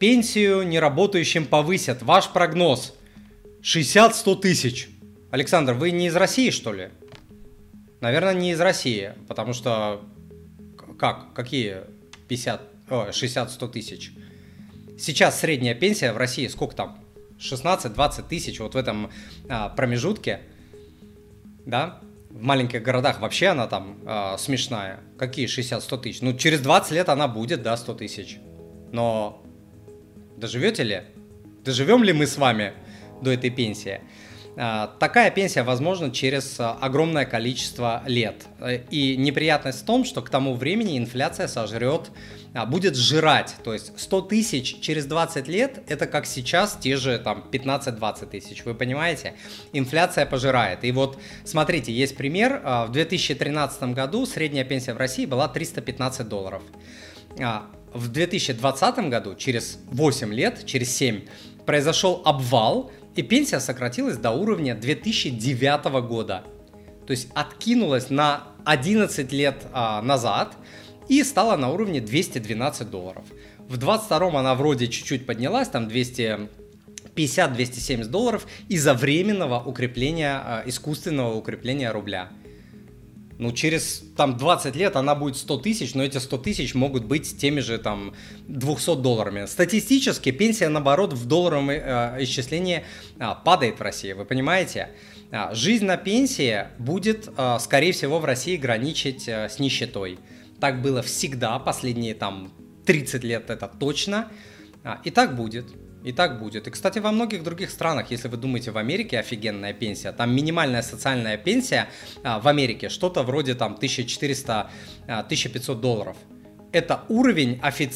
Пенсию неработающим повысят. Ваш прогноз 60-100 тысяч. Александр, вы не из России, что ли? Наверное, не из России, потому что... Какие 60-100 тысяч? Сейчас средняя пенсия в России сколько там? 16-20 тысяч, вот в этом промежутке, да? В маленьких городах вообще она там смешная. Какие 60-100 тысяч? Ну, через 20 лет она будет, да, 100 тысяч. Но доживете ли? Доживем ли мы с вами до этой пенсии? Такая пенсия возможна через огромное количество лет. И неприятность в том, что к тому времени инфляция будет сжирать. То есть 100 тысяч через 20 лет это как сейчас те же там 15-20 тысяч. Вы понимаете? Инфляция пожирает. И вот смотрите, есть пример. В 2013 году средняя пенсия в России была $315. В 2020 году, через 8 лет, через 7, произошел обвал, и пенсия сократилась до уровня 2009 года. То есть откинулась на 11 лет назад и стала на уровне $212. В 2022 она вроде чуть-чуть поднялась, там $250-270 из-за временного укрепления, искусственного укрепления рубля. Ну, через там 20 лет она будет 100 тысяч, но эти 100 тысяч могут быть теми же там $200. Статистически пенсия, наоборот, в долларовом исчислении падает в России, вы понимаете? Жизнь на пенсии будет, скорее всего, в России граничить с нищетой. Так было всегда, последние там 30 лет это точно, и так будет. И так будет. И, кстати, во многих других странах, если вы думаете, в Америке офигенная пенсия, там минимальная социальная пенсия в Америке что-то вроде там $1400-1500. Это уровень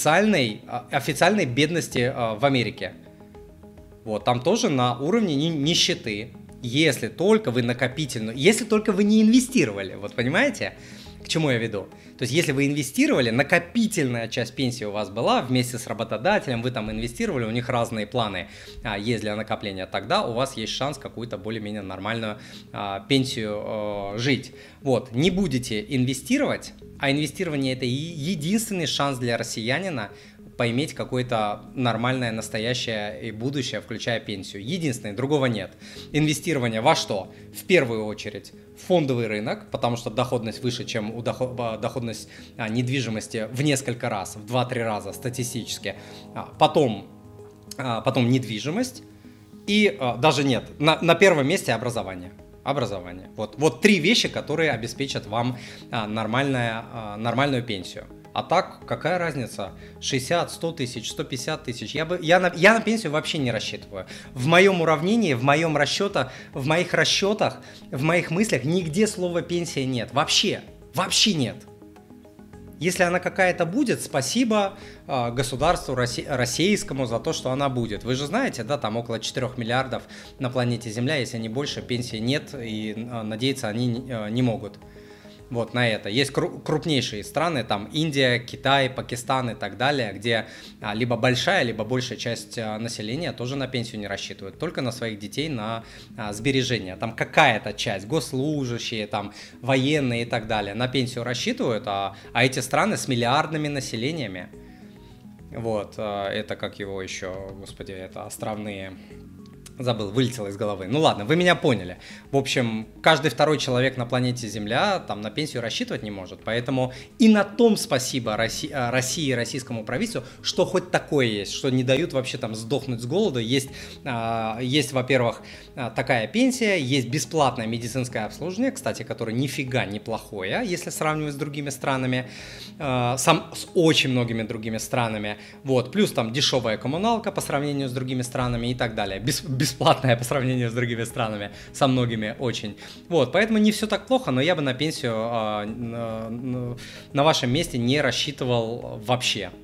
официальной бедности в Америке. Вот, там тоже на уровне нищеты. Если только вы если только вы не инвестировали, вот понимаете? К чему я веду? То есть, если вы инвестировали, накопительная часть пенсии у вас была, вместе с работодателем вы там инвестировали, у них разные планы есть для накопления, тогда у вас есть шанс какую-то более-менее нормальную пенсию жить. Вот, не будете инвестировать, а инвестирование это единственный шанс для россиянина поиметь какое-то нормальное настоящее и будущее, включая пенсию. Единственное, другого нет. Инвестирование во что? В первую очередь в фондовый рынок, потому что доходность выше, чем доходность недвижимости в несколько раз, в 2-3 раза статистически. Потом недвижимость и даже нет, на первом месте образование. Образование. Вот 3 вещи, которые обеспечат вам нормальную пенсию. А так, какая разница? 60, 100 тысяч, 150 тысяч. Я на пенсию вообще не рассчитываю. В моем уравнении, в моих расчетах, в моих мыслях нигде слова пенсия нет. Вообще нет. Если она какая-то будет, спасибо государству российскому за то, что она будет. Вы же знаете, да, там около 4 миллиардов на планете Земля, если не больше, пенсии нет, и надеяться они не могут. Вот на это. Есть крупнейшие страны, там Индия, Китай, Пакистан и так далее, где либо большая, либо большая часть населения тоже на пенсию не рассчитывают, только на своих детей, на сбережения. Там какая-то часть, госслужащие, там военные и так далее, на пенсию рассчитывают, а эти страны с миллиардными населениями. Вот, это как его еще, господи, это островные... Забыл, вылетело из головы. Ну ладно, вы меня поняли. В общем, каждый второй человек на планете Земля там на пенсию рассчитывать не может. Поэтому и на том спасибо России и российскому правительству, что хоть такое есть, что не дают вообще там сдохнуть с голоду. Есть, во-первых, такая пенсия, есть бесплатное медицинское обслуживание, кстати, которое нифига неплохое, если сравнивать с другими странами, с очень многими другими странами. Вот, плюс там дешевая коммуналка по сравнению с другими странами и так далее. Бесплатная по сравнению с другими странами, со многими очень. Вот, поэтому не все так плохо, но я бы на пенсию на вашем месте не рассчитывал вообще.